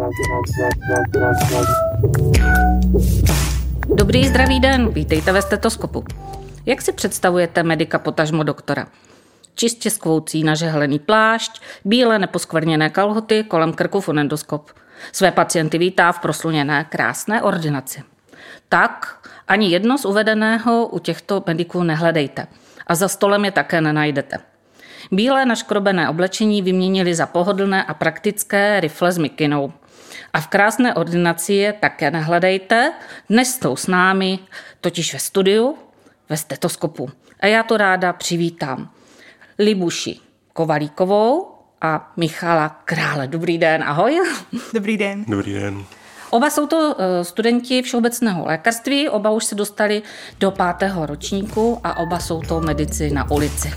Dobrý zdravý den, vítejte ve stetoskopu. Jak si představujete medika potažmo doktora? Čistě skvoucí nažehlený plášť, bílé neposkvrněné kalhoty, kolem krku fonendoskop. Své pacienty vítá v prosluněné krásné ordinaci. Tak ani jedno z uvedeného u těchto mediků nehledejte. A za stolem je také nenajdete. Bílé naškrobené oblečení vyměnili za pohodlné a praktické rifle s mikinou. A v krásné ordinaci je také nehledejte. Dnes jsou s námi, totiž ve studiu, ve stetoskopu. A já to ráda přivítám Libuši Kovalíkovou a Michala Krále. Dobrý den, ahoj. Dobrý den. Dobrý den. Oba jsou to studenti všeobecného lékařství, oba už se dostali do 5. ročníku a oba jsou to medici na ulici.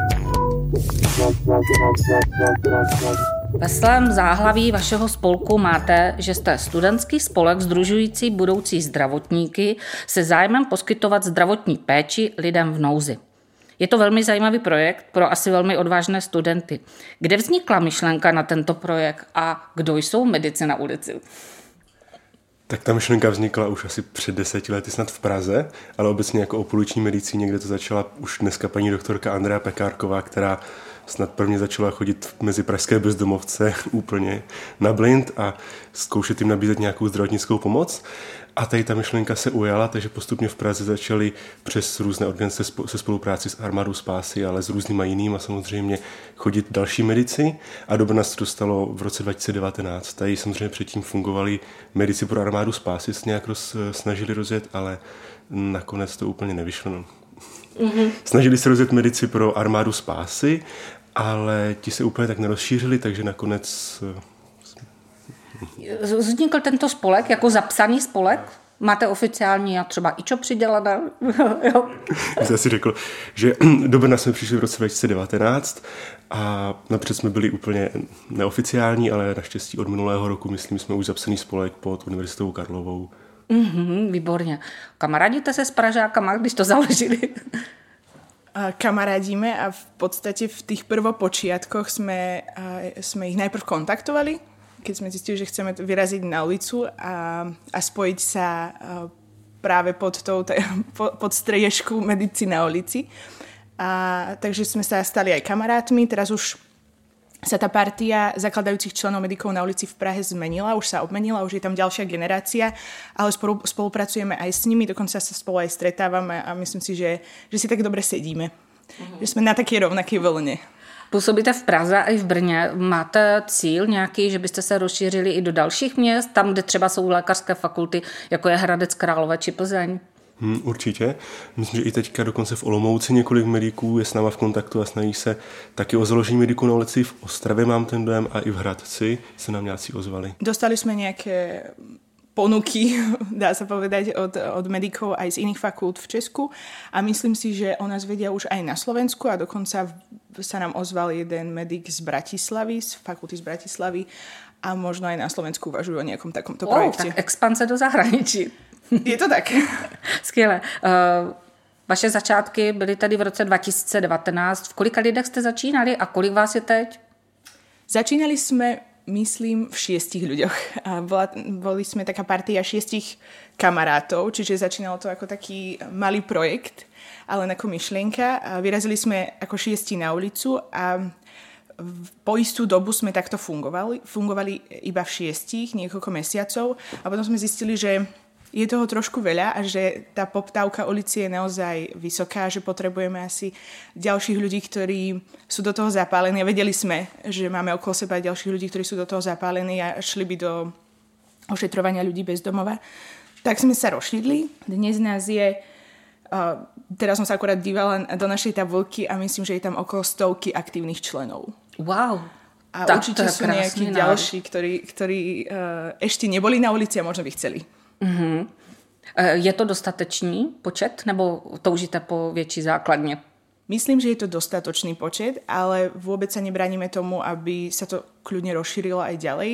Ve svém záhlaví vašeho spolku máte, že jste studentský spolek sdružující budoucí zdravotníky se zájmem poskytovat zdravotní péči lidem v nouzi. Je to velmi zajímavý projekt pro asi velmi odvážné studenty. Kde vznikla myšlenka na tento projekt a kdo jsou medici na ulici? Tak ta myšlenka vznikla už asi před 10 lety snad v Praze, ale obecně jako o poluční medicíně, kde to začala už dneska paní doktorka Andrea Pekárková, která snad prvně začala chodit mezi pražské bezdomovce úplně na blind a zkoušet jim nabízet nějakou zdravotnickou pomoc. A tady ta myšlenka se ujala, takže postupně v Praze začaly přes různé organizace se spolupráci s Armádou spásy, ale s různýma jinýma samozřejmě chodit další medici. A do Brna se dostalo v roce 2019. Tady samozřejmě předtím fungovali medici pro Armádu spásy, se nějak snažili rozjet, ale nakonec to úplně nevyšlo. No. Mm-hmm. Snažili se rozjet medici pro Armádu spásy, ale ti se úplně tak nerozšířili, takže nakonec... Vznikl tento spolek jako zapsaný spolek? Máte oficiální a třeba IČO přidělané? Já jsem si řekl, že do Brna jsme přišli v roce 2019 a napřed jsme byli úplně neoficiální, ale naštěstí od minulého roku, myslím, jsme už zapsaný spolek pod Univerzitou Karlovou. Výborně. Kamarádíte se s Pražákama, když to založili? Kamarádíme a v podstate v tých prvopočiatkoch sme ich najprv kontaktovali, keď sme zistili, že chceme vyraziť na ulicu a spojiť sa práve pod striežku medici na ulici. Takže sme sa stali aj kamarátmi. Teraz už sa tá partia zakladajúcich členov medikov na ulici v Prahe zmenila, už sa obmenila, už je tam ďalšia generácia, ale spolupracujeme aj s nimi, dokonca sa spolu aj stretávame a myslím si, že si tak dobre sedíme. Že sme na také rovnaké vlne. Působíte v Praze a i v Brně. Máte cíl nějaký, že byste se rozšířili i do dalších měst, tam, kde třeba jsou lékařské fakulty, jako je Hradec Králové či Plzeň? Určitě. Myslím, že i teďka dokonce v Olomouci několik mediků je s náma v kontaktu a snaží se taky o založení mediků na ulici. V Ostravě mám ten dojem a i v Hradci se nám nějací ozvali. Dostali jsme nějaké ponuky, dá sa povedať, od medikov aj z iných fakult v Česku a myslím si, že o nás vedia už aj na Slovensku a dokonca sa nám ozval jeden medik z Bratislavy, z fakulty z Bratislavy a možno aj na Slovensku uvažujú o nejakom takomto projekte. Tak expanze do zahraničí. Je to tak. Skvěle. Vaše začátky byly tady v roce 2019. V kolika lidech jste začínali a kolik vás je teď? Začínali sme, myslím, v 6 ľuďoch. Boli sme taká partia 6 kamarátov, čiže začínalo to ako taký malý projekt, ale ako myšlienka. Vyrazili sme ako 6 na ulicu a po istú dobu sme takto fungovali iba v 6, niekoľko mesiacov a potom sme zistili, že je toho trošku veľa a že tá poptávka ulici je naozaj vysoká, že potrebujeme asi ďalších ľudí, ktorí sú do toho zapálení. A vedeli sme, že máme okolo seba ďalších ľudí, ktorí sú do toho zapálení a šli by do ošetrovania ľudí bez domova. Tak sme sa rozšídli. Dnes nás je, teraz som sa akorát dívala do našej tabulky a myslím, že je tam okolo 100 aktívnych členov. Wow. A tak určite sú nejakí ďalší, ktorí ešte neboli na ulici a možno by chceli. Mm-hmm. Je to dostatečný počet, nebo toužíte po větší základně? Myslím, že je to dostatočný počet, ale vôbec sa nebránime tomu, aby sa to kľudne rozšírilo aj ďalej.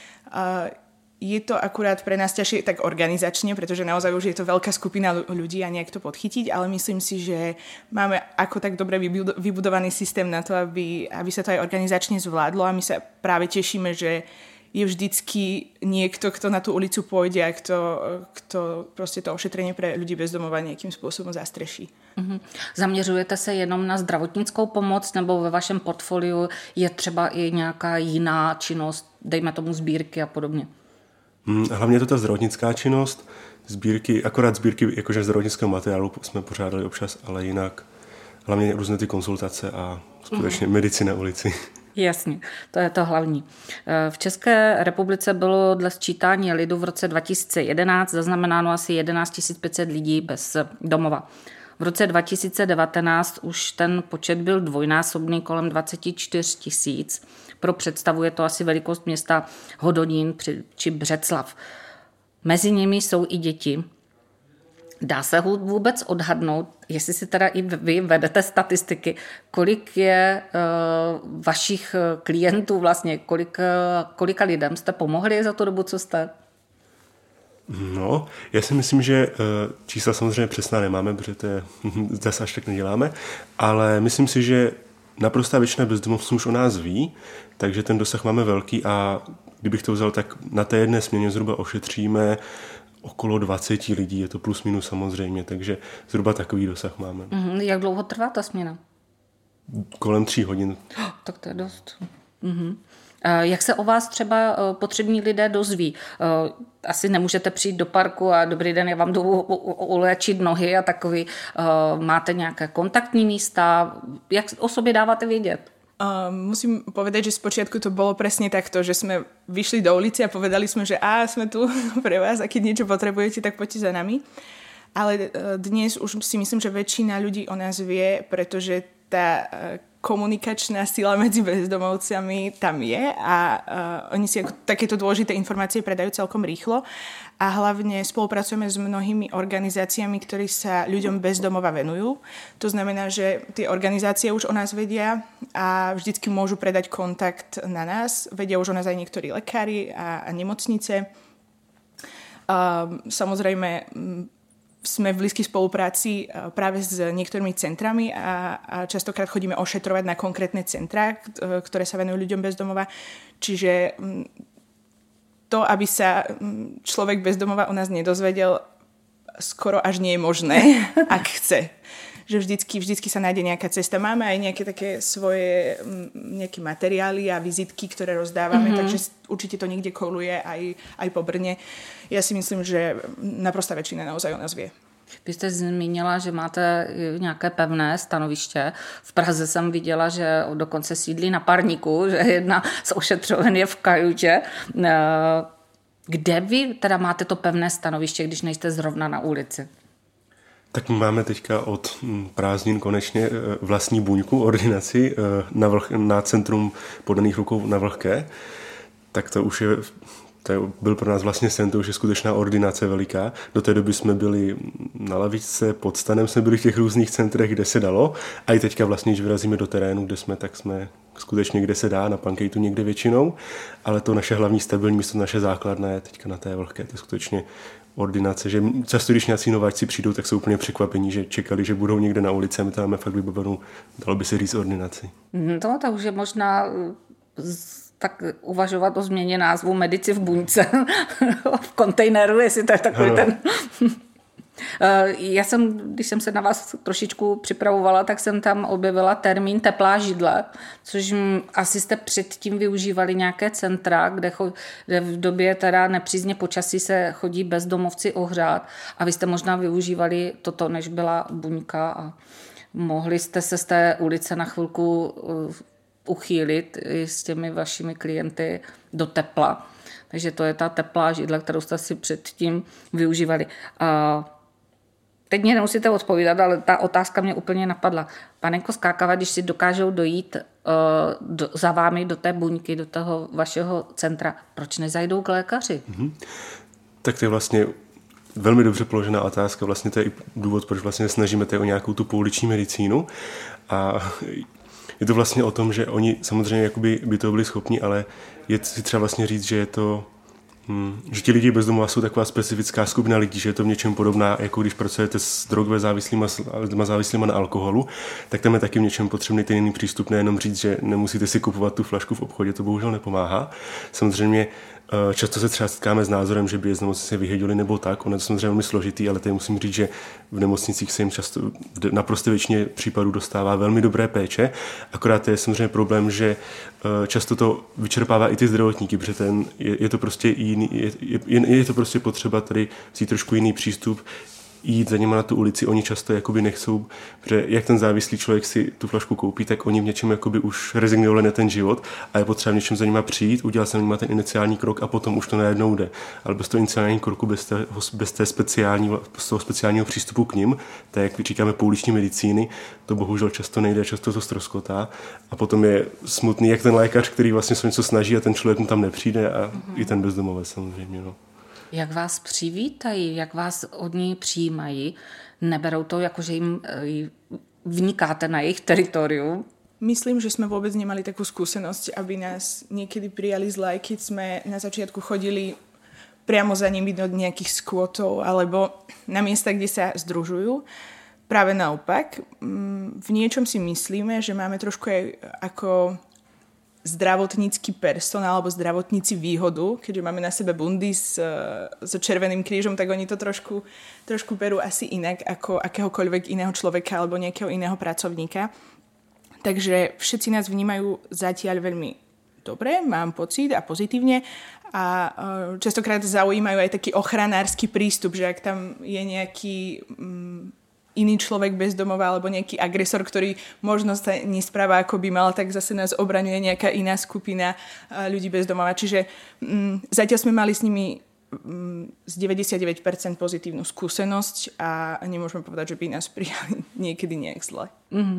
Je to akurát pre nás ťažšie tak organizačne, pretože naozaj už je to veľká skupina ľudí a nejak to podchytiť, ale myslím si, že máme ako tak dobre vybudovaný systém na to, aby sa to aj organizačne zvládlo a my sa práve tešíme, že je vždycky niekto, kto na tú ulicu pôjde a kto proste to ošetrenie pre ľudí bez domova nejakým spôsobom zastreší. Zaměřujete se jenom na zdravotnickou pomoc, nebo ve vašem portfoliu je třeba i nějaká jiná činnost, dejme tomu sbírky a podobně? Hlavně je to ta zdravotnická činnost, akorát sbírky jakože zdravotnického materiálu jsme pořádali občas, ale jinak hlavně různé ty konzultace a skutečně medicina na ulici. Jasně, to je to hlavní. V České republice bylo dle sčítání lidu v roce 2011 zaznamenáno asi 11 500 lidí bez domova. V roce 2019 už ten počet byl dvojnásobný, kolem 24 000. Pro představu je to asi velikost města Hodonín či Břeclav. Mezi nimi jsou i děti. Dá se vůbec odhadnout, jestli si teda i vy vedete statistiky, kolik je vašich klientů vlastně, kolika lidem jste pomohli za tu dobu, co jste? No, já si myslím, že čísla samozřejmě přesná nemáme, protože to je, zase až tak neděláme, ale myslím si, že naprostá většina bezdomovců už o nás ví, takže ten dosah máme velký a kdybych to vzal, tak na té jedné směně zhruba ošetříme okolo 20 lidí, je to plus minus samozřejmě, takže zhruba takový dosah máme. Jak dlouho trvá ta směna? Kolem 3 hodin. Tak to je dost. Jak se o vás třeba potřební lidé dozví? Asi nemůžete přijít do parku a dobrý den, já vám jdu ulečit nohy a takový. Máte nějaké kontaktní místa? Jak o sobě dáváte vědět? Musím povedať, že spočiatku to bolo presne takto, že sme vyšli do ulici a povedali sme, že sme tu pre vás a keď niečo potrebujete, tak poďte za nami. Ale dnes už si myslím, že väčšina ľudí o nás vie, pretože tá komunikačná sila medzi bezdomovcami tam je a oni si takéto dôležité informácie predajú celkom rýchlo a hlavne spolupracujeme s mnohými organizáciami, ktorí sa ľuďom bez domova venujú. To znamená, že tie organizácie už o nás vedia a vždycky môžu predať kontakt na nás. Vedia už o nás aj niektorí lekári a nemocnice. Samozrejme, sme v blízkej spolupráci práve s niektorými centrami a častokrát chodíme ošetrovať na konkrétne centrá, ktoré sa venujú ľuďom bez domova. Čiže to, aby sa človek bez domova o nás nedozvedel, skoro až nie je možné, ak chce. Že vždycky sa nájde nejaká cesta. Máme aj nejaké také svoje nejaké materiály a vizitky, ktoré rozdávame, takže určite to niekde koluje aj po Brne. Ja si myslím, že naprostá väčšina naozaj o nás vie. Vy jste zmínila, že máte nějaké pevné stanoviště. V Praze jsem viděla, že dokonce sídlí na Parníku, že jedna z ošetřoven je v kajutě. Kde vy teda máte to pevné stanoviště, když nejste zrovna na ulici? Tak máme teďka od prázdnin konečně vlastní buňku, ordinaci na Centrum podaných rukou na Vlhké. Tak to už je... To byl pro nás vlastně sen, to už je skutečná ordinace veliká. Do té doby jsme byli na lavičce, pod stanem jsme byli v těch různých centrech, kde se dalo. A i teďka vlastně, když vyrazíme do terénu, kde jsme, tak jsme skutečně kde se dá, na Pankejtu někde většinou. Ale to naše hlavní stabilní místo, naše základna je teďka na té Vlhké. To je skutečně ordinace, že často, když nějací nováčci přijdou, tak jsou úplně překvapení, že čekali, že budou někde na ulici a my tam máme fakt vybavenou, dalo by se říct, ordinaci. To už je možná... tak uvažovat o změně názvu Medici v buňce v kontejneru, jestli to je takový ten... Já jsem, když jsem se na vás trošičku připravovala, tak jsem tam objevila termín teplá židle, což asi jste předtím využívali nějaké centra, kde v době teda nepřízně počasí se chodí bezdomovci ohřát a vy jste možná využívali toto, než byla buňka a mohli jste se z té ulice na chvilku uchýlit i s těmi vašimi klienty do tepla. Takže to je ta teplá židle, kterou jste si předtím využívali. Teď mě nemusíte odpovídat, ale ta otázka mě úplně napadla. Panenko Skákava, když si dokážou dojít za vámi do té buňky, do toho vašeho centra, proč nezajdou k lékaři? Tak to je vlastně velmi dobře položená otázka. Vlastně to je i důvod, proč vlastně snažíme o nějakou tu pouliční medicínu. A je to vlastně o tom, že oni samozřejmě jakoby by toho byli schopni, ale je si třeba vlastně říct, že je to Že ti lidi bezdomova jsou taková specifická skupina lidí, že je to v něčem podobná, jako když pracujete s drogové závislými na alkoholu, tak tam je taky v něčem potřebný ten jiný přístup, nejenom říct, že nemusíte si kupovat tu flašku v obchodě, to bohužel nepomáhá. Samozřejmě často se třeba setkáme s názorem, že by je z nemocnice vyhodili nebo tak, ono je to samozřejmě velmi složitý, ale tady musím říct, že v nemocnicích se jim často naprosto většině případů dostává velmi dobré péče, akorát je samozřejmě problém, že často to vyčerpává i ty zdravotníky, protože je to prostě jiný, je to prostě potřeba tady vzít trošku jiný přístup, jít za něma na tu ulici, oni často jakoby nechcou, protože jak ten závislý člověk si tu flašku koupí, tak oni v něčem jakoby už rezignovali na ten život a je potřeba v něčem za nima přijít, udělat se nima ten iniciální krok a potom už to najednou jde. Ale bez toho iniciálního kroku, bez toho speciálního přístupu k nim, tak jak říkáme pouliční medicíny, to bohužel často nejde, často to ztroskotá a potom je smutný, jak ten lékař, který vlastně se něco snaží a ten člověk mu tam nepřijde a i ten bezdomovec samozřejmě. No. Jak vás přivítají, jak vás od ní přijímají? Neberou to, jako že jim vnikáte na jejich teritorium? Myslím, že sme vôbec nemali takú skúsenosť, aby nás niekedy prijali zle, keď sme na začiatku chodili priamo za nimi do nejakých skvotov alebo na miesta, kde sa združujú. Práve naopak, v niečom si myslíme, že máme trošku aj ako zdravotnícky personál alebo zdravotníci výhodu, keďže máme na sebe bundy s Červeným krížom, tak oni to trošku berú asi inak ako akéhokoľvek iného človeka alebo nejakého iného pracovníka. Takže všetci nás vnímajú zatiaľ veľmi dobre, mám pocit, a pozitívne a častokrát zaujímajú aj taký ochranársky prístup, že ak tam je nejaký iný človek bez domova alebo nejaký agresor, ktorý možno sa nespráva ako by mal, tak zase nás obraňuje nejaká iná skupina ľudí bez domova. Čiže zatiaľ sme mali s nimi z 99% pozitívnu skúsenosť a nemôžeme povedať, že by nás prijali niekedy nejak zle.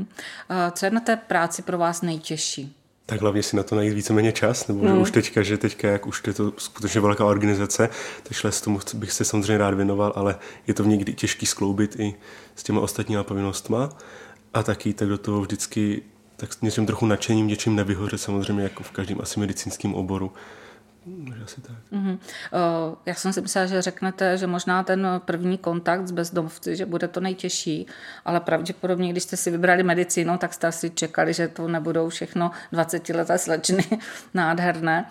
Co je na té práci pro vás nejtěžší? Tak hlavně si na to najít víceméně čas, nebo že už teďka, jak už je to skutečně velká organizace, takže s tomu bych se samozřejmě rád věnoval, ale je to někdy těžký skloubit i s těma ostatníma povinnostma a taky tak do toho vždycky tak s něčím trochu nadšením, něčím nevyhořet samozřejmě jako v každém asi medicínském oboru. Asi tak. Já jsem si myslela, že řeknete, že možná ten první kontakt s bezdomovci, že bude to nejtěžší, ale pravděpodobně, když jste si vybrali medicínu, tak jste asi čekali, že to nebudou všechno 20leté slečny nádherné.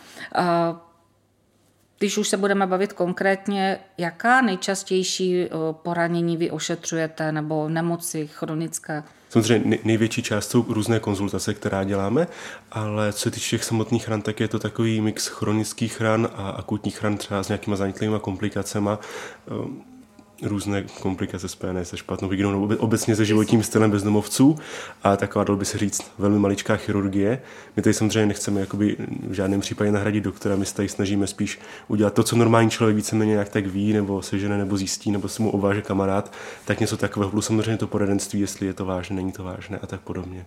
Když už se budeme bavit konkrétně, jaká nejčastější poranění vy ošetřujete nebo nemoci chronické? Samozřejmě největší část jsou různé konzultace, která děláme, ale co se týče těch samotných ran, tak je to takový mix chronických ran a akutních ran třeba s nějakýma zanitlými komplikacemi. Různé komplikace spojené se špatnou hygienou, obecně se životním stylem bezdomovců a taková, dalo by se říct, velmi maličká chirurgie. My tady samozřejmě nechceme jakoby v žádném případě nahradit doktora, my se tady snažíme spíš udělat to, co normální člověk víceméně nějak tak ví, nebo sežene, nebo zjistí, nebo se mu obváže kamarád, tak něco takového, plus samozřejmě to poradenství, jestli je to vážné, není to vážné a tak podobně.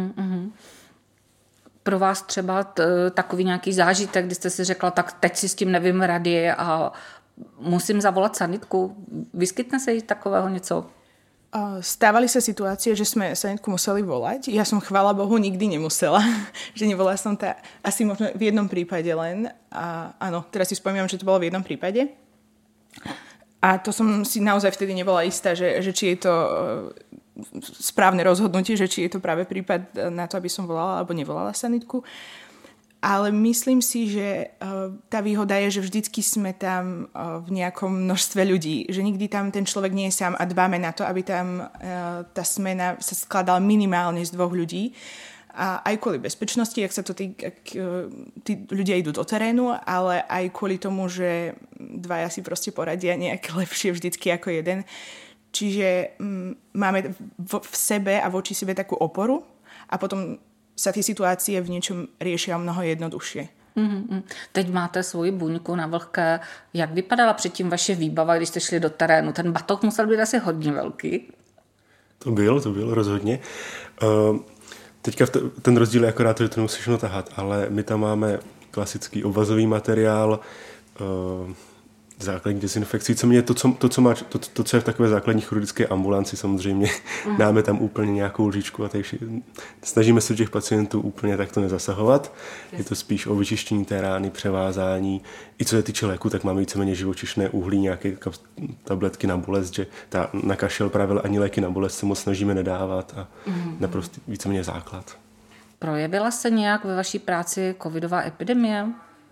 Pro vás třeba takový nějaký zážitek, kdy jste si řekla, tak teď si s tím nevím rady a musím zavolat sanitku. Vyskytne sa takového něco? Stávali sa situácie, že sme sanitku museli volať. Ja som, chvála Bohu, nikdy nemusela. Že nevolala som to asi možno v jednom prípade len. A áno, teraz si spomínam, že to bolo v jednom prípade. A to som si naozaj vtedy nebola istá, že či je to správne rozhodnutie, že či je to práve prípad na to, aby som volala alebo nevolala sanitku. Ale myslím si, že tá výhoda je, že vždycky sme tam v nejakom množstve ľudí. Že nikdy tam ten človek nie je sám a dbáme na to, aby tam tá smena sa skladala minimálne z 2 ľudí. A aj kvôli bezpečnosti, ak tí ľudia idú do terénu, ale aj kvôli tomu, že 2 si proste poradia nejak lepšie vždycky ako jeden. Čiže máme v sebe a voči sebe takú oporu a potom sa tie situácie v niečom riešia mnoho jednoduššie. Teď máte svoji buňku na vlhké. Jak vypadala předtím vaše výbava, když jste šli do terénu? Ten batoh musel být asi hodně velký. To byl rozhodně. Teďka ten rozdíl je akorát, že to nemusíš tahat, ale my tam máme klasický obvazový materiál, základní dezinfekcí. Co je v takové základní chirurgické ambulanci samozřejmě. Dáme tam úplně nějakou lžičku a snažíme se těch pacientů úplně takto nezasahovat. Je to spíš o vyčištění té rány, převázání. I co se týče léku, tak máme víceméně živočišné uhlí, nějaké tabletky na bolest, že na kašel právě ani léky na bolest se moc snažíme nedávat a naprosto víceméně základ. Projevila se nějak ve vaší práci covidová epidemie?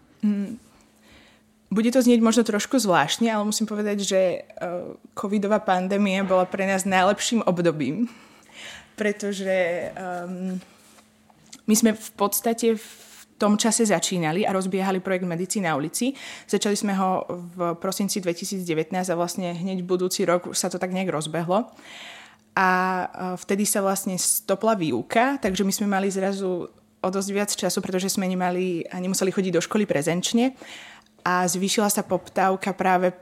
Bude to znieť možno trošku zvláštne, ale musím povedať, že covidová pandémia bola pre nás najlepším obdobím, pretože my sme v podstate v tom čase začínali a rozbiehali projekt Medici na ulici. Začali sme ho v prosinci 2019 a vlastne hneď budúci rok už sa to tak nejak rozbehlo. A vtedy sa vlastne stopla výuka, takže my sme mali zrazu o dosť viac času, pretože sme nemuseli chodiť do školy prezenčne. A zvýšila sa poptávka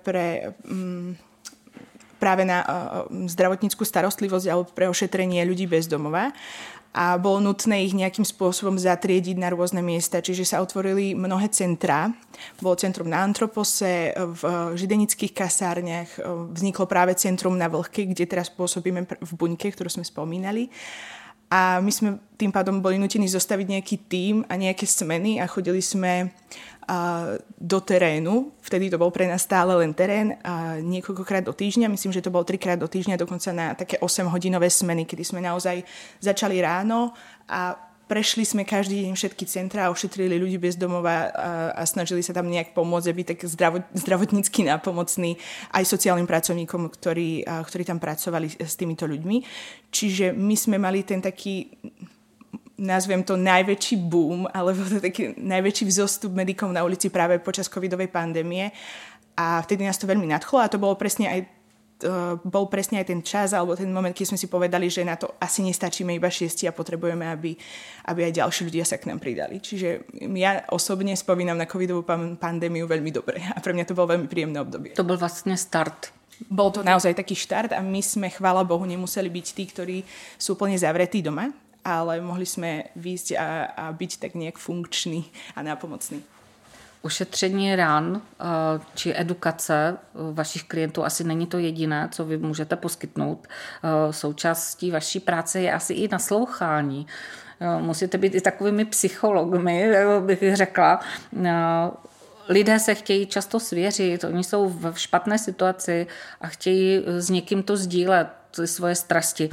práve na zdravotníckú starostlivosť alebo pre ošetrenie ľudí bez domova. A bolo nutné ich nejakým spôsobom zatriediť na rôzne miesta, čiže sa otvorili mnohé centrá. Bolo centrum na Antropose, v židenických kasárniach, vzniklo práve centrum na Vlhke, kde teraz pôsobíme v Buňke, ktorú sme spomínali. A my sme tým pádom boli nutení zostaviť nejaký tím a nejaké smeny a chodili sme do terénu. Vtedy to bol pre nás stále len terén niekoľkokrát do týždňa. Myslím, že to bolo 3-krát do týždňa, dokonca na také 8-hodinové smeny, kedy sme naozaj začali ráno a prešli sme každý deň všetky centrá, ošetrili ľudí bez domova a snažili sa tam nejak pomôcť, aby tak zdravotnícky nápomocní aj sociálnym pracovníkom, ktorí tam pracovali s týmito ľuďmi. Čiže my sme mali ten taký, nazviem to, najväčší boom, alebo to taký najväčší vzostup medikov na ulici práve počas covidovej pandémie. A vtedy nás to veľmi nadchlo a to bol presne aj ten čas alebo ten moment, keď sme si povedali, že na to asi nestačíme iba 6 a potrebujeme, aby aj ďalší ľudia sa k nám pridali. Čiže ja osobne spomínam na covidovú pandémiu veľmi dobre a pre mňa to bolo veľmi príjemné obdobie. To bol vlastne start. Bol to naozaj taký štart a my sme, chvála Bohu, nemuseli byť tí, ktorí sú úplne zavretí doma, ale mohli sme výjsť a byť tak nejak funkční a nápomocní. Ušetření rán či edukace vašich klientů asi není to jediné, co vy můžete poskytnout. Součástí vaší práce je asi i naslouchání. Musíte být i takovými psychologmi, bych řekla. Lidé se chtějí často svěřit, oni jsou v špatné situaci a chtějí s někým to sdílet, svoje strasti.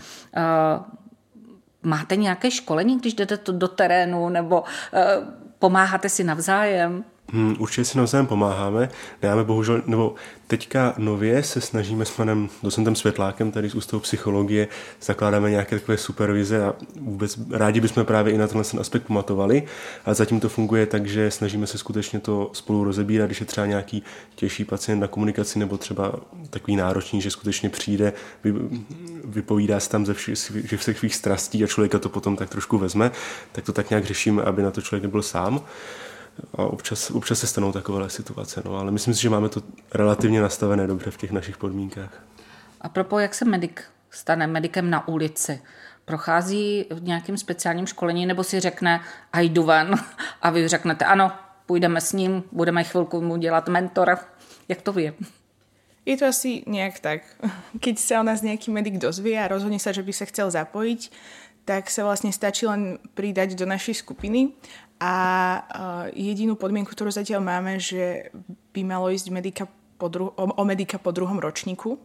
Máte nějaké školení, když jdete do terénu, nebo pomáháte si navzájem? Určitě si navzájem pomáháme. Máme bohužel, nebo teďka nově se snažíme s panem docentem Světlákem tady z Ústavu psychologie, zakládáme nějaké takové supervize a vůbec rádi bychom právě i na tenhle aspekt pamatovali, ale zatím to funguje tak, že snažíme se skutečně to spolu rozebírat, když je třeba nějaký těžší pacient na komunikaci nebo třeba takový náročný, že skutečně přijde, vypovídá se tam ze všech svých strastí a člověka to potom tak trošku vezme, tak to tak nějak řešíme, aby na to člověk nebyl sám. A občas se stanou takovéhle situace, no, ale myslím si, že máme to relativně nastavené dobře v těch našich podmínkách. A propos, jak se medic stane medikem na ulici? Prochází v nějakým speciálním školení nebo si řekne a jdu ven a vy řeknete ano, půjdeme s ním, budeme chvilku mu dělat mentora. Jak to je? Je to asi nejak tak. Keď sa o nás nejaký medic dozvie a rozhodne sa, že by sa chcel zapojiť, tak sa vlastne stačí len pridať do našej skupiny a jedinú podmienku, ktorú zatiaľ máme, že by malo ísť o medika po 2. ročníku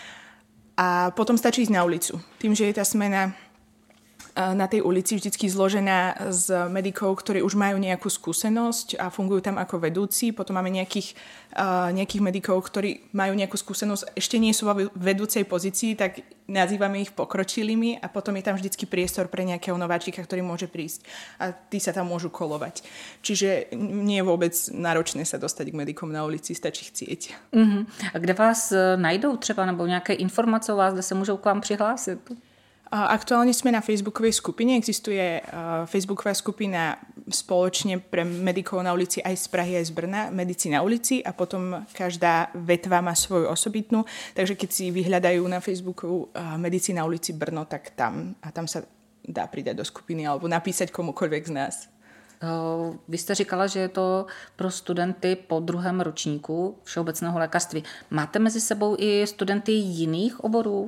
a potom stačí ísť na ulicu. Tým, že je tá smena na tej ulici vždycky zložená z medikov, ktorí už majú nejakú skúsenosť a fungujú tam ako vedúci. Potom máme nejakých medikov, ktorí majú nejakú skúsenosť, ešte nie sú vo vedúcej pozícii, tak nazývame ich pokročilými a potom je tam vždycky priestor pre nejakého nováčika, ktorý môže prísť a tí sa tam môžu kolovať. Čiže nie je vôbec náročné sa dostať k medikom na ulici, stačí chcieť. A kde vás najdou třeba, nebo nějaké informace o vás, kde se můžou k vám přihlásit? Aktuálne sme na facebookovej skupine. Existuje facebooková skupina spoločne pre medikov na ulici aj z Prahy, aj z Brna, Medici na ulici a potom každá vetva má svoju osobitnú. Takže keď si vyhľadajú na Facebooku Medici na ulici Brno, tak tam sa dá pridať do skupiny alebo napísať komukoľvek z nás. Vy jste říkala, že je to pro studenty po 2. ročníku všeobecného lékařství. Máte mezi sebou i studenty jiných oborů?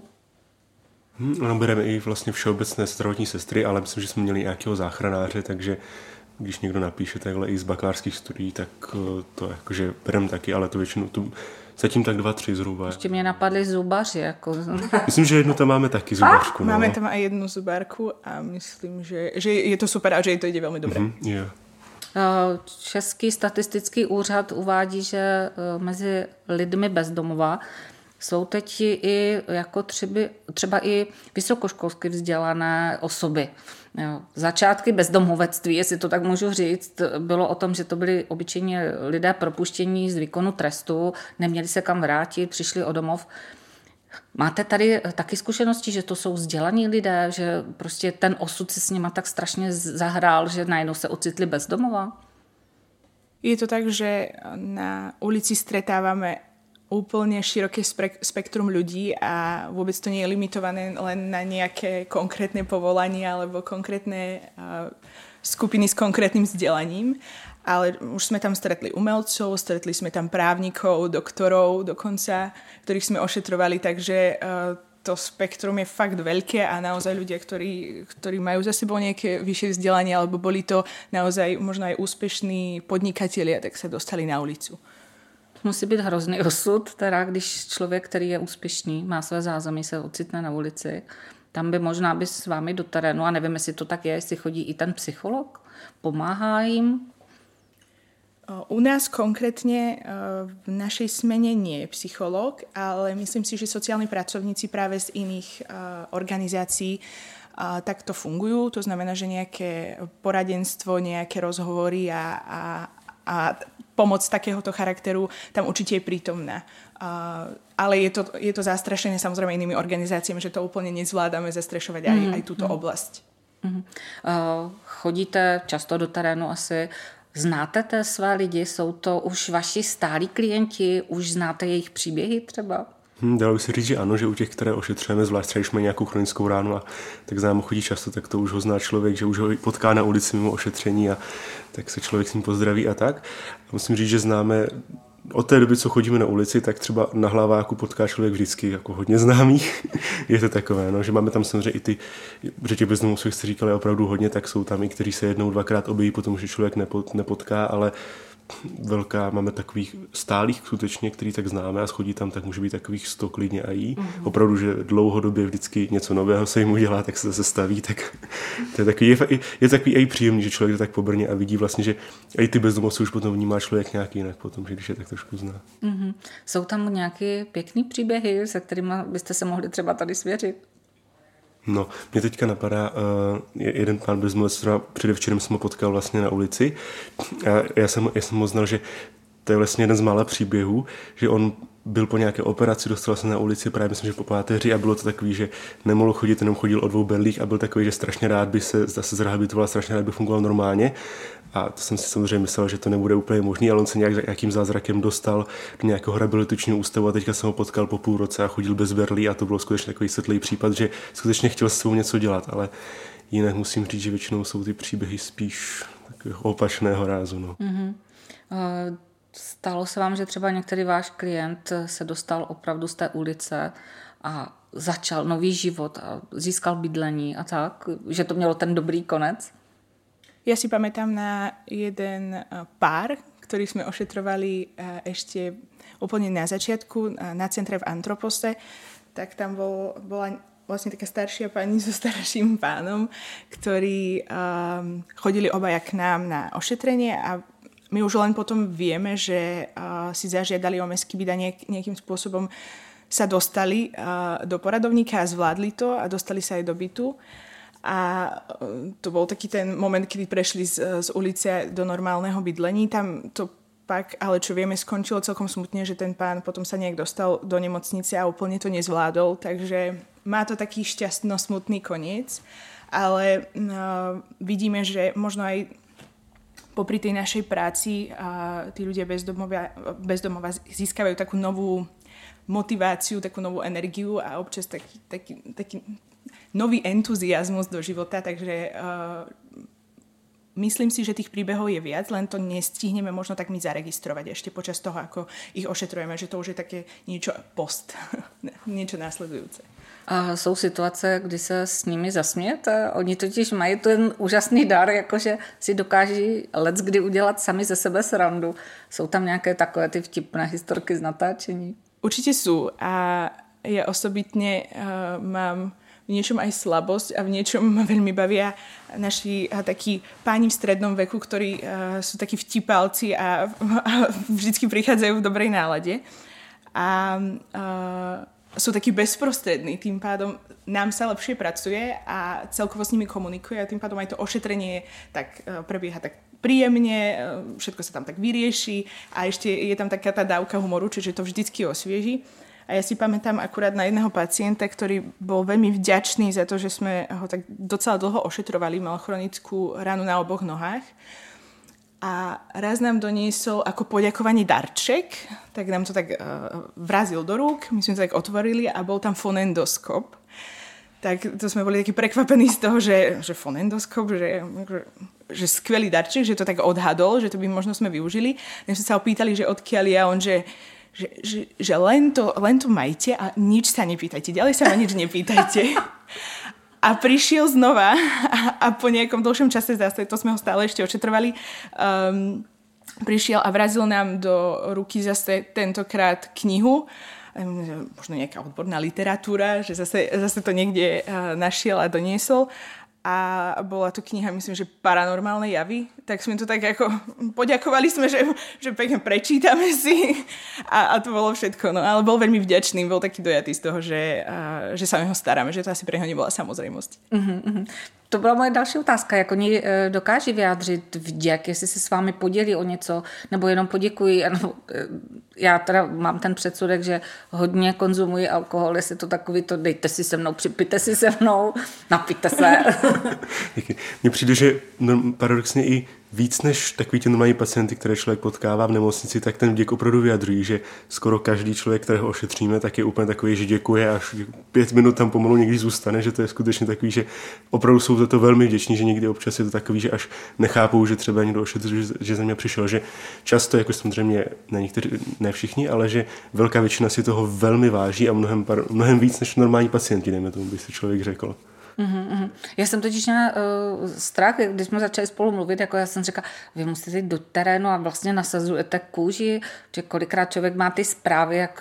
Ono bereme i vlastně všeobecné zdravotní sestry, ale myslím, že jsme měli nějakého záchranáře, takže když někdo napíše takhle i z bakalářských studií, tak to jakože bereme taky, ale to většinou zatím tak 2-3 zhruba. Ještě mě napadly zubaři. Jako... Myslím, že jednu tam máme taky zubařku. Máme tam aj jednu zubárku a myslím, že je to super a že to jde velmi dobře. Yeah. Český statistický úřad uvádí, že mezi lidmi bez domova jsou teď i jako třeba i vysokoškolsky vzdělané osoby. Začátky bezdomovectví, jestli to tak můžu říct, bylo o tom, že to byli obyčejní lidé propuštění z výkonu trestu, neměli se kam vrátit, přišli o domov. Máte tady taky zkušenosti, že to jsou vzdělaní lidé, že prostě ten osud si s nima tak strašně zahrál, že najednou se ocitli bez domova? Je to tak, že na ulici stretávame úplne široké spektrum ľudí a vôbec to nie je limitované len na nejaké konkrétne povolanie alebo konkrétne skupiny s konkrétnym vzdelaním, ale už sme tam stretli umelcov, stretli sme tam právnikov, doktorov dokonca, ktorých sme ošetrovali, takže to spektrum je fakt veľké a naozaj ľudia, ktorí majú za sebou nejaké vyššie vzdelanie alebo boli to naozaj možno aj úspešní podnikatelia, tak sa dostali na ulicu. Musí být hrozný osud, teda když člověk, který je úspěšný, má své zázemí, se ocitne na ulici. Tam by možná by s vámi do terénu, a nevím, jestli to tak je, jestli chodí i ten psycholog, pomáhá jim. U nás konkrétne v našej smene nie je psychológ, ale myslím si, že sociálni pracovníci práve z iných organizácií takto fungujú. To znamená, že nejaké poradenstvo, nejaké rozhovory a pomoc takéhoto charakteru tam určite je prítomná. Ale je to zastrašené samozrejme inými organizáciami, že to úplne nezvládame zastrašovať aj túto oblasť. Chodíte často do terénu asi. Znáte té své lidi? Jsou to už vaši stálí klienti? Už znáte jejich příběhy třeba? Dalo by se říct, že ano, že u těch, které ošetřujeme, zvlášť třeba, když mají nějakou chronickou ránu a tak za námi chodí často, tak to už ho zná člověk, že už ho potká na ulici mimo ošetření a tak se člověk s ním pozdraví a tak. A musím říct, že známe od té doby, co chodíme na ulici, tak třeba na Hlaváku potká člověk vždycky jako hodně známých. Je to takové, no, že máme tam samozřejmě i ty, že těch bezdomovců, jak jste říkali, opravdu hodně, tak jsou tam i, kteří se jednou, dvakrát objeví, potom, že člověk nepotká, ale máme takových stálých skutečně, který tak známe a schodí tam, tak může být takových 100 klidně a jí. Opravdu, že dlouhodobě vždycky něco nového se jim udělá, tak se zase staví, tak to je takový i příjemný, že člověk to tak po Brně a vidí vlastně, že i ty bezdomovci už potom vnímá člověk nějak jinak potom, že když je tak trošku zná. Jsou tam nějaké pěkný příběhy, se kterými byste se mohli třeba tady svěřit? No, mě teďka napadá jeden pán bezdomovec, třeba předevčírem jsem ho potkal vlastně na ulici a já jsem mu znal, že to je vlastně jeden z mála příběhů, že on byl po nějaké operaci, dostal se na ulici právě myslím, že po páteři a bylo to takový, že nemohl chodit, jenom chodil o 2 berlích a byl takový, že strašně rád by se zrehabilitoval, strašně rád by fungoval normálně. A to jsem si samozřejmě myslel, že to nebude úplně možný, ale on se nějakým zázrakem dostal do nějakého rehabilitačního ústavu a teďka jsem ho potkal po půl roce a chodil bez berlí a to bylo skutečně takový světlý případ, že skutečně chtěl s sebou něco dělat, ale jinak musím říct, že většinou jsou ty příběhy spíš takového opačného rázu. No. Stalo se vám, že třeba některý váš klient se dostal opravdu z té ulice a začal nový život a získal bydlení a tak, že to mělo ten dobrý konec? Ja si pamätám na jeden pár, ktorý sme ošetrovali ešte úplne na začiatku na centre v Antropose, tak tam bola vlastne taká staršia pani so starším pánom, ktorí chodili obaja k nám na ošetrenie a my už len potom vieme, že si zažiadali o mestský byt a nejakým spôsobom sa dostali do poradovníka a zvládli to a dostali sa aj do bytu. A to bol taký ten moment, kedy prešli z ulice do normálneho bydlení. Tam to pak, ale čo vieme, skončilo celkom smutne, že ten pán potom sa nejak dostal do nemocnice a úplne to nezvládol. Takže má to taký šťastno-smutný koniec. Ale vidíme, že možno aj popri tej našej práci tí ľudia bezdomova získavajú takú novú motiváciu, takú novú energiu a občas taký nový entuziasmus do života, takže myslím si, že tých príbehov je viac, len to nestihneme možno tak my zaregistrovať ešte počas toho, ako ich ošetrujeme, že to už je také niečo post, niečo následujúce. A jsou situace, kdy se s nimi zasmějete? Oni totiž mají ten úžasný dar, jakože si dokáží leckdy udělat sami ze sebe srandu. Jsou tam nějaké takové ty vtipné historky z natáčení? Určite sú a ja osobitne mám v niečom aj slabosť a v niečom ma veľmi bavia naši takí páni v strednom veku, ktorí sú takí vtipálci a vždycky prichádzajú v dobrej nálade. A sú takí bezprostrední, tým pádom nám sa lepšie pracuje a celkovo s nimi komunikuje a tým pádom aj to ošetrenie tak prebieha tak príjemne, všetko sa tam tak vyrieši a ešte je tam taká tá dávka humoru, čiže to vždycky osvieží. A ja si pamätám akurát na jedného pacienta, ktorý bol veľmi vďačný za to, že sme ho tak docela dlho ošetrovali, mal chronickú ranu na oboch nohách. A raz nám doniesol ako poďakovanie darček, tak nám to tak vrazil do rúk, my sme to tak otvorili a bol tam fonendoskop. Tak to sme boli takí prekvapení z toho, že fonendoskop, že skvelý darček, že to tak odhadol, že to by možno sme využili. Než sme sa opýtali, že odkiaľ je on, že len to majte a nič sa nepýtajte. Ďalej sa ma nič nepýtajte. A prišiel znova a po nejakom dlhšom čase, zase to sme ho stále ešte ošetrovali, prišiel a vrazil nám do ruky zase tentokrát knihu, možno nejaká odborná literatúra, že zase to niekde našiel a doniesol. A bola to kniha, myslím, že Paranormálne javy. Tak sme to tak ako poďakovali sme, že pekne prečítame si a to bolo všetko. No, ale bol veľmi vďačný, bol taký dojatý z toho, že sa o neho staráme, že to asi pre neho nebola samozrejmosť. To byla moje další otázka, jak oni dokáží vyjádřit vděk, jestli se s vámi podělí o něco, nebo jenom poděkují. Já teda mám ten předsudek, že hodně konzumují alkohol, jestli to takový, to dejte si se mnou, připijte si se mnou, napijte se. Mně přijde, že paradoxně i víc než takový ti normální pacienty, které člověk potkává v nemocnici, tak ten vděk opravdu vyjadřují, že skoro každý člověk, kterého ošetříme, tak je úplně takový, že děkuje, až 5 minut tam pomalu někdy zůstane, že to je skutečně takový, že opravdu jsou za to velmi vděční, že někdy občas je to takový, že až nechápou, že třeba někdo ošetřil, že za mě přišel, že často, jako samozřejmě ne všichni, ale že velká většina si toho velmi váží a mnohem víc než normální pacienti, dejme tomu, by si člověk řekl. Já jsem totiž měla strach, když jsme začali spolu mluvit, jako já jsem řekla, vy musíte jít do terénu a vlastně nasazujete kůži, že kolikrát člověk má ty zprávy, jak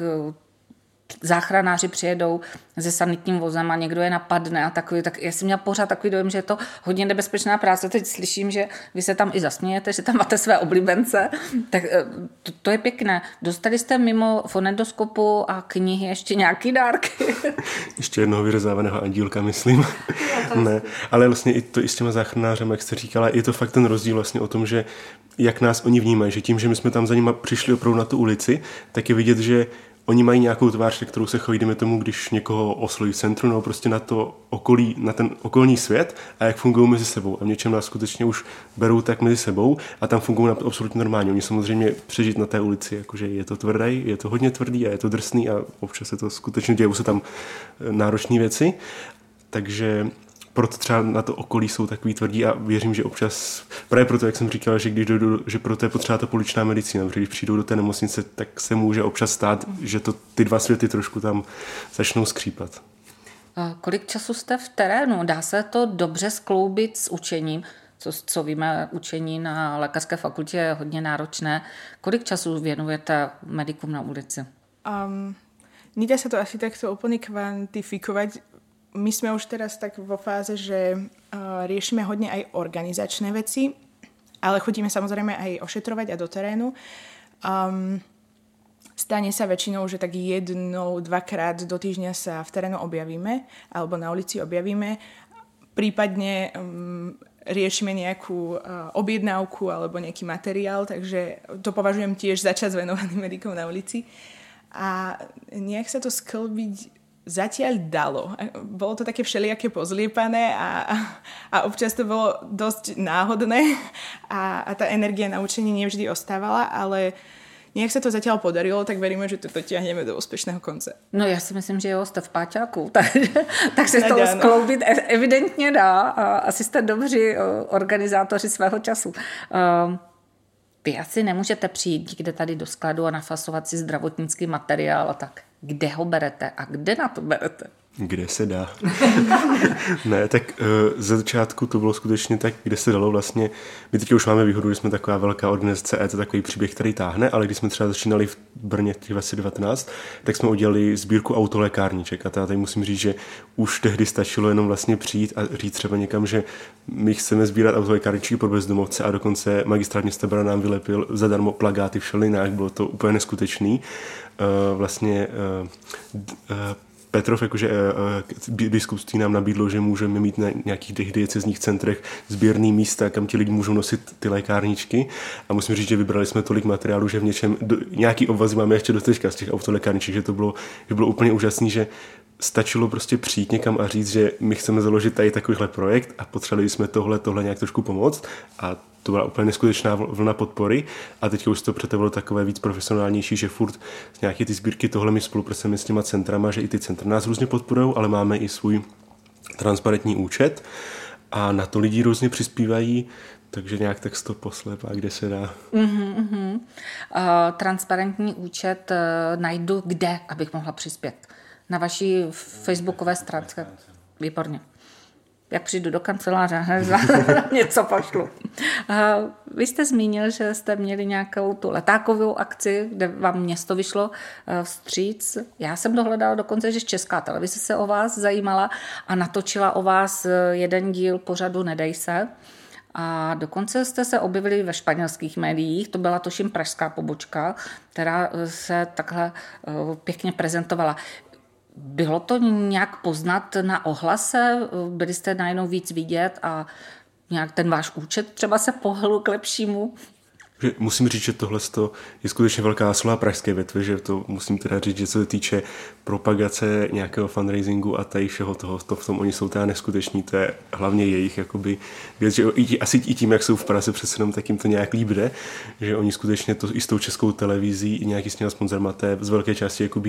záchranáři přijedou se sanitním vozem a někdo je napadne a takový, tak já jsem měla pořád takový dojem, že je to hodně nebezpečná práce. Teď slyším, že vy se tam i zasmějete, že tam máte své oblíbence, tak to je pěkné. Dostali jste mimo fonendoskopu a knihy ještě nějaký dárky? Ještě jednoho vyrezávaného andílka, myslím. Ne, ale vlastně i s těma záchranářem, jak jste říkala, je to fakt ten rozdíl vlastně o tom, že jak nás oni vnímají, že tím, že my jsme tam za nima přišli opravdu na tu ulici, tak je vidět, že oni mají nějakou tvář, kterou se choví, jdeme tomu, když někoho osloví v centru, nebo prostě na to okolí, na ten okolní svět a jak fungují mezi sebou. A v něčem nás skutečně už berou tak mezi sebou a tam fungují absolutně normálně. Oni samozřejmě přežít na té ulici, jakože je to tvrdý, je to hodně tvrdý a je to drsný a občas se to skutečně dějou se tam náročné věci. Takže proto třeba na to okolí jsou takový tvrdí a věřím, že občas, právě proto, jak jsem říkal, že když dojdu, že proto je potřeba ta pouličná medicína, protože když přijdou do té nemocnice, tak se může občas stát, že to ty dva světy trošku tam začnou skřípat. Kolik času jste v terénu? Dá se to dobře skloubit s učením? Co víme, učení na lékařské fakultě je hodně náročné. Kolik času věnujete medikům na ulici? Nedá sa to asi takto úplne kvantifikovať. My sme už teraz tak vo fáze, že riešime hodne aj organizačné veci, ale chodíme samozrejme aj ošetrovať a do terénu. Stane sa väčšinou, že tak 1-2 do týždňa sa v terénu objavíme alebo na ulici objavíme. Prípadne riešime nejakú objednávku alebo nejaký materiál, takže to považujem tiež za čas venovaný medikom na ulici. A nejak sa to sklbiť zatiaľ dalo. Bolo to také všelijaké pozliepané a občas to bolo dosť náhodné a tá energia na učenie nevždy ostávala, ale nejak sa to zatiaľ podarilo, tak veríme, že to dotiahneme do úspešného konce. No já si myslím, že jo, jste v páťáku, tak se to skloubit evidentně dá a asi jste dobří organizátoři svého času. Vy asi nemůžete přijít někde tady do skladu a nafasovat si zdravotnický materiál a tak. Kde ho berete a kde na to berete? Kde se dá. Ne, tak ze začátku to bylo skutečně tak, kde se dalo vlastně. My teď už máme výhodu, že jsme taková velká organizace a je to takový příběh, který táhne, ale když jsme třeba začínali v Brně v 2019, tak jsme udělali sbírku autolékárniček a tady musím říct, že už tehdy stačilo jenom vlastně přijít a říct třeba někam, že my chceme sbírat autolékárničky pro bezdomovce a dokonce magistrát města Brna nám vylepil zadarmo plakáty v šelinách, bylo to úplně neskutečný. Petrov, jakože biskupství nám nabídlo, že můžeme mít na nějakých těch diecezních centrech sběrný místa, kam ti lidi můžou nosit ty lékárničky. A musím říct, že vybrali jsme tolik materiálu, že v něčem nějaký obvazy máme ještě do teďka z těch autolékárniček, že to bylo úplně úžasný, že stačilo prostě přijít někam a říct, že my chceme založit tady takovýhle projekt a potřebovali jsme tohle nějak trošku pomoct a to byla úplně neskutečná vlna podpory a teďka už to přetavilo takové víc profesionálnější, že furt nějaké ty sbírky tohle my spolupracujeme s těma centrama, že i ty centra nás různě podporujou, ale máme i svůj transparentní účet a na to lidi různě přispívají, takže nějak tak to poslepá, kde se dá. Transparentní účet najdu kde, abych mohla přispět? Na vaší facebookové stránce. Výborně. Jak přijdu do kanceláře, něco pošlu. Vy jste zmínil, že jste měli nějakou tu letákovou akci, kde vám město vyšlo vstříc. Já jsem dohledala dokonce, že Česká televize se o vás zajímala a natočila o vás jeden díl pořadu Nedej se. A dokonce jste se objevili ve španělských médiích, to byla tuším pražská pobočka, která se takhle pěkně prezentovala. Bylo to nějak poznat na ohlase? Byli jste najednou víc vidět a nějak ten váš účet třeba se pohnul k lepšímu? Musím říct, že tohle je skutečně velká slova pražské větve, že to musím teda říct, že co se týče propagace nějakého fundraisingu a tady všeho toho, to v tom oni jsou teda neskuteční, to je hlavně jejich jakoby věc, že asi i tím, jak jsou v Praze přece jenom, tak jim to nějak líp jde, že oni skutečně to i s tou Českou televizí i nějaký s těma sponzorama, to je z velké části jakoby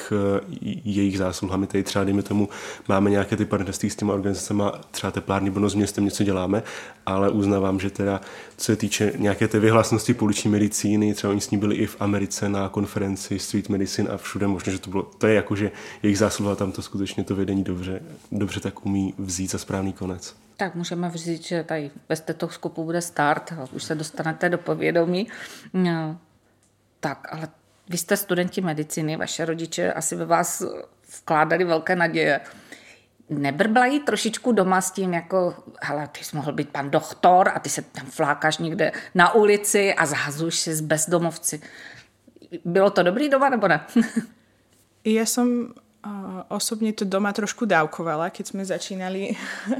jejich zásluhami, tady třeba dejme tomu, máme nějaké ty partnerství s těma organizacemi, třeba teplárny Brno s městem něco děláme, ale uznávám, že teda co se týče nějaké té vyhlasnosti pouliční medicíny, třeba oni s ní byli i v Americe na konferenci Street Medicine a všude možná, že to je jakože jejich zásluha, tam to skutečně to vedení dobře tak umí vzít za správný konec. Tak můžeme říct, že tady ve stetoskopu bude start a už se dostanete do povědomí. No, tak, ale vy jste studenti medicíny, vaše rodiče asi ve vás vkládali velké naděje. Nebrblají trošičku doma s tím, jako, hele, ty jsi mohl být pan doktor a ty se tam flákáš někde na ulici a zhazuješ se s bezdomovci. Bylo to dobrý doma, nebo ne? Ja som osobne to doma trošku dávkovala, keď sme začínali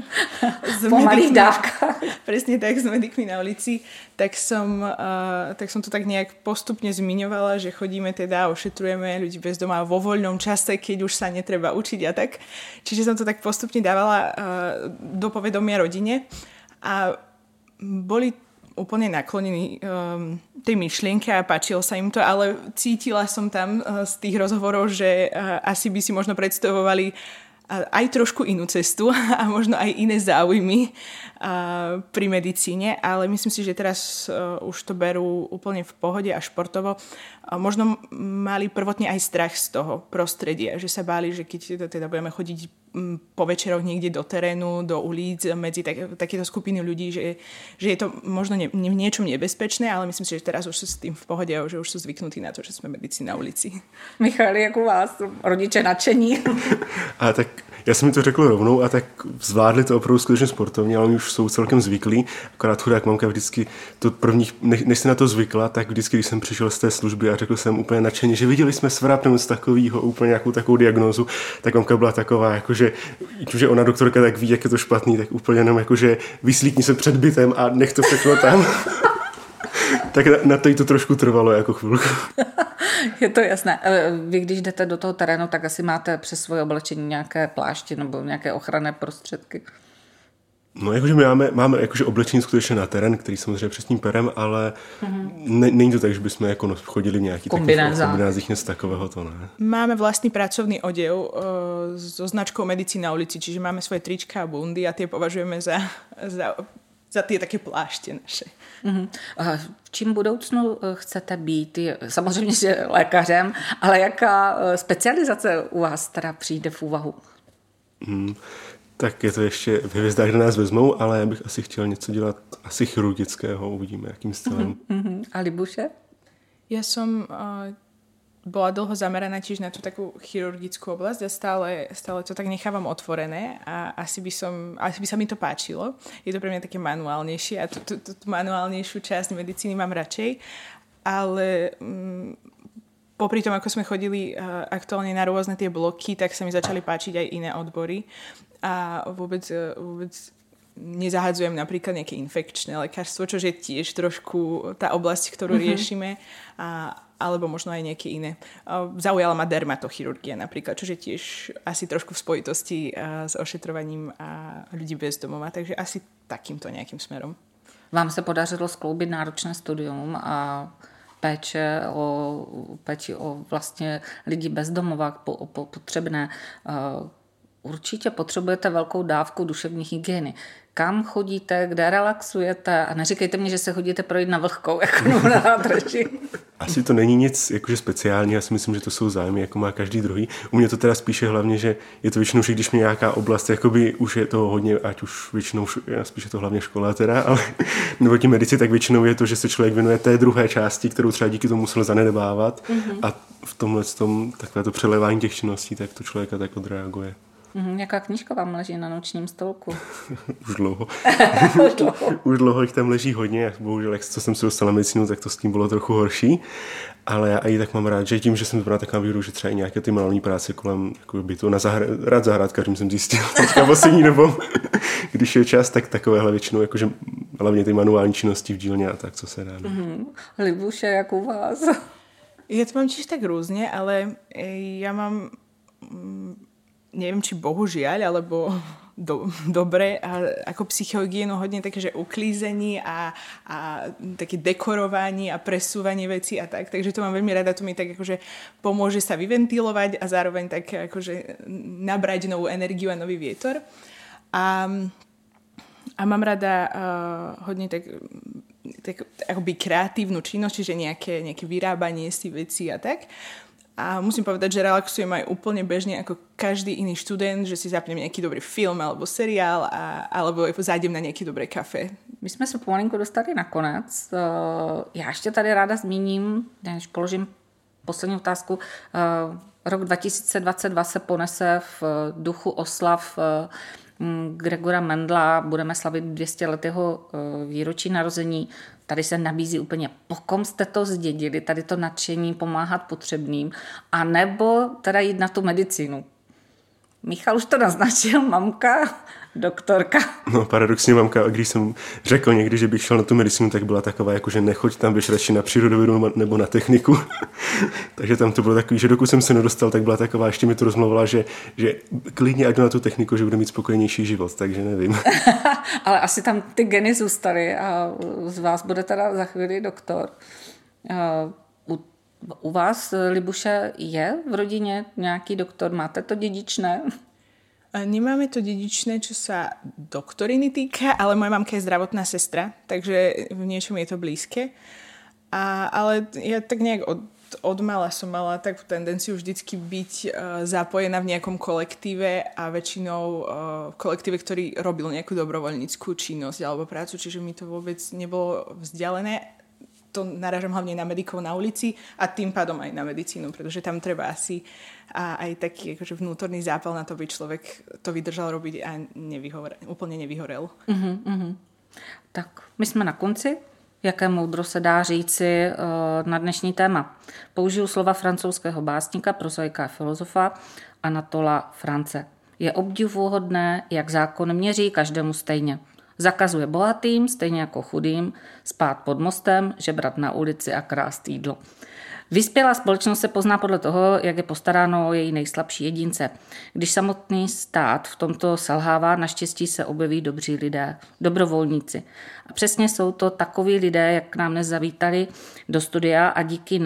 po malých dávkach. Presne tak, s medikmi na ulici, tak som to tak nejak postupne zmiňovala, že chodíme teda a ošetrujeme ľudí bez doma vo voľnom čase, keď už sa netreba učiť a tak. Čiže som to tak postupne dávala do povedomia rodine a boli úplne naklonení tej myšlienke a páčilo sa im to, ale cítila som tam z tých rozhovorov, že asi by si možno predstavovali aj trošku inú cestu a možno aj iné záujmy pri medicíne, ale myslím si, že teraz už to berú úplne v pohode a športovo. Možno mali prvotne aj strach z toho prostredia, že sa báli, že keď teda budeme chodiť po večeroch niekde do terénu, do ulic, medzi takéto skupiny ľudí, že je to možno v niečom nebezpečné, ale myslím si, že teraz už sú s tým v pohode a že už sú zvyknutí na to, že sme medici na ulici. Michal, jak u vás? Rodiče nadšení? A tak já jsem mi to řekl rovnou a tak zvládli to opravdu skutečně sportovně, ale oni už jsou celkem zvyklí. Akorát chudák mamka vždycky to prvních, než se na to zvykla, tak vždycky, když jsem přišel z té služby a řekl jsem úplně nadšeně, že viděli jsme svrap nebo z takového, úplně nějakou takovou diagnózu, tak mamka byla taková, jakože ona doktorka tak ví, jak je to špatný, tak úplně jenom jakože vyslíkni se před bytem a nech to všechno tam. Tak na to jí to trošku trvalo jako chvilku. Je to jasné. Vy, když jdete do toho terénu, tak asi máte přes svoje oblečení nějaké pláště nebo nějaké ochranné prostředky. No, jakože my máme jakože oblečení skutečně na terén, který samozřejmě přesným perem, ale není to tak, že bychom jako chodili nějaký kombinázích, něco takového, to ne. Máme vlastný pracovný odev so značkou Medicína na ulici, čiže máme svoje trička a bundy a tie považujeme za tie také pláště naše. V čím budoucnu chcete být? Samozřejmě, že lékařem, ale jaká specializace u vás teda přijde v úvahu? Tak je to ještě v hvězdách, kde nás vezmou, ale já bych asi chtěl něco dělat asi chirurgického, uvidíme, jakým stylem. A Libuše? Ja som bola dlho zameraná tiež na tú takú chirurgickú oblasť a stále to tak nechávam otvorené a asi by sa mi to páčilo. Je to pre mňa také manuálnejšie a tú manuálnejšiu časť medicíny mám radšej, ale popri tom, ako sme chodili aktuálne na rôzne tie bloky, tak sa mi začali páčiť aj iné odbory a vôbec nezahadzujem napríklad nejaké infekčné lekárstvo, čo je tiež trošku tá oblasť, ktorú riešime, alebo možno aj nejaké iné. Zaujala ma dermatochirurgia napríklad, čo je tiež asi trošku v spojitosti s ošetrovaním ľudí bez domova, takže asi takýmto nejakým smerom. Vám se podařilo skloubit náročné studium a péči o vlastně lidi bez domova, potřebné. Určitě potřebujete velkou dávku duševní hygieny. Kam chodíte, kde relaxujete a neříkejte mi, že se chodíte projít na Vlhkou, jako na nádraží. Asi to není nic jakože speciální, já si myslím, že to jsou zájmy, jako má každý druhý. U mě to teda spíše hlavně, že je to většinou, že když mě nějaká oblast, jakoby už je toho hodně, ať už většinou, spíše to hlavně škola teda, ale nebo ti medici, tak většinou je to, že se člověk věnuje té druhé části, kterou třeba díky tomu musel zanedbávat a v tomhle takové to přelévání těch činností, tak to člověka tak odreaguje. Jaká knížka vám leží na nočním stolku? Už dlouho. Už dlouho jich tam leží hodně. Bohužel, jak co jsem se dostal na medicínu, tak to s tím bylo trochu horší. Ale já i tak mám rád, že tím, že jsem zbral taková výhodu, že třeba i nějaké ty manuální práce kolem jako bytu, rád zahrádkařím jsem zjistil. Teďka poslední dobou, když je čas, tak takovéhle většinou, jakože hlavně ty manuální činnosti v dílně a tak, co se dá. Libuše, jak u vás? Ja to mám tiež tak rôzne, ale ja mám neviem, či bohužiaľ, alebo dobre, a ako psychohygienu hodne také, že uklízení a také dekorovanie a presúvanie vecí a tak. Takže to mám veľmi rada, to mi tak akože pomôže sa vyventilovať a zároveň tak akože nabrať novú energiu a nový vietor. A mám rada hodne tak akoby kreatívnu činnosť, čiže nejaké vyrábanie si vecí a tak. A musím povedať, že relaxujem aj úplne bežne ako každý iný študent, že si zapnem nejaký dobrý film alebo seriál alebo zájdem na nejaké dobré kafe. My jsme se pomalinku dostali nakonec. Já ještě tady ráda zmíním, než položím poslední otázku. Rok 2022 se ponese v duchu oslav Gregora Mendla. Budeme slavit 200 let jeho výročí narození. Tady se nabízí úplně, po kom jste to zdědili, tady to nadšení pomáhat potřebným, a nebo teda jít na tu medicínu. Michal už to naznačil, mamka, doktorka. No paradoxně mamka, když jsem řekl někdy, že bych šel na tu medicínu, tak byla taková, jako že nechoď tam, běž radši na přírodovědu nebo na techniku. Takže tam to bylo takový, že dokud jsem se nedostal, tak byla taková, ještě mi to rozmluvala, že klidně ať jdu na tu techniku, že bude mít spokojenější život, takže nevím. Ale asi tam ty geny zůstaly a z vás bude teda za chvíli doktor. U vás, Libuše, je v rodině nějaký doktor? Máte to dědičné? Nemáme to dedičné, čo sa doktoriny týka, ale moja mamka je zdravotná sestra, takže v niečom je to blízke. Ale ja tak nejak od mala som mala takú tendenciu vždycky byť zapojená v nejakom kolektíve a väčšinou v kolektíve, ktorý robil nejakú dobrovoľníckú činnosť alebo prácu, čiže mi to vôbec nebolo vzdialené. To narážam hlavne na medikov na ulici a tým pádom aj na medicínu, pretože tam treba asi aj taký akože vnútorný zápal na to, by človek to vydržal robiť a úplne nevyhorel. Tak my jsme na konci. Jaké moudro se dá říci na dnešní téma? Použiju slova francouzského básníka, prozaika a filozofa Anatola France. Je obdivuhodné, jak zákon měří každému stejně. Zakazuje bohatým, stejně jako chudým, spát pod mostem, žebrat na ulici a krást jídlo. Vyspělá společnost se pozná podle toho, jak je postaráno o její nejslabší jedince. Když samotný stát v tomto selhává, naštěstí se objeví dobří lidé, dobrovolníci. A přesně jsou to takoví lidé, jak k nám dnes zavítali do studia a díky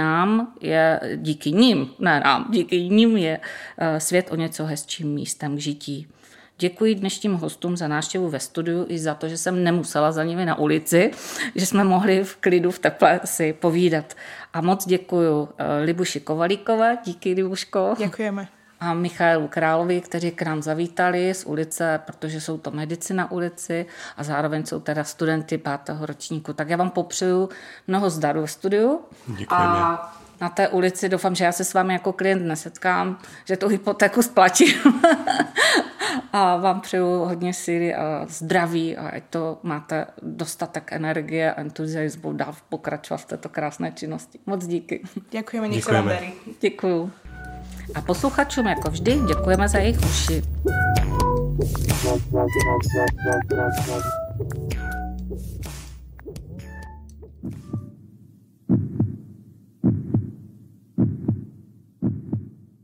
nim je svět o něco hezčím místem k žití. Děkuji dnešním hostům za návštěvu ve studiu i za to, že jsem nemusela za nimi na ulici, že jsme mohli v klidu, v teple si povídat. A moc děkuju Libuši Kovalíkové, díky Libuško. Děkujeme. A Michaelu Královi, kteří k nám zavítali z ulice, protože jsou to medici na ulici a zároveň jsou teda studenty 5. ročníku. Tak já vám popřeju mnoho zdaru ve studiu. Děkujeme. A na té ulici doufám, že já se s vámi jako klient nesetkám, že tu hypotéku splatím. A vám přeju hodně síly a zdraví a ať to máte dostatek energie a entuziasmu dál pokračovat v této krásné činnosti. Moc díky. Děkujeme, nech se vám darí. Děkuju. A posluchačům jako vždy děkujeme za jejich uši.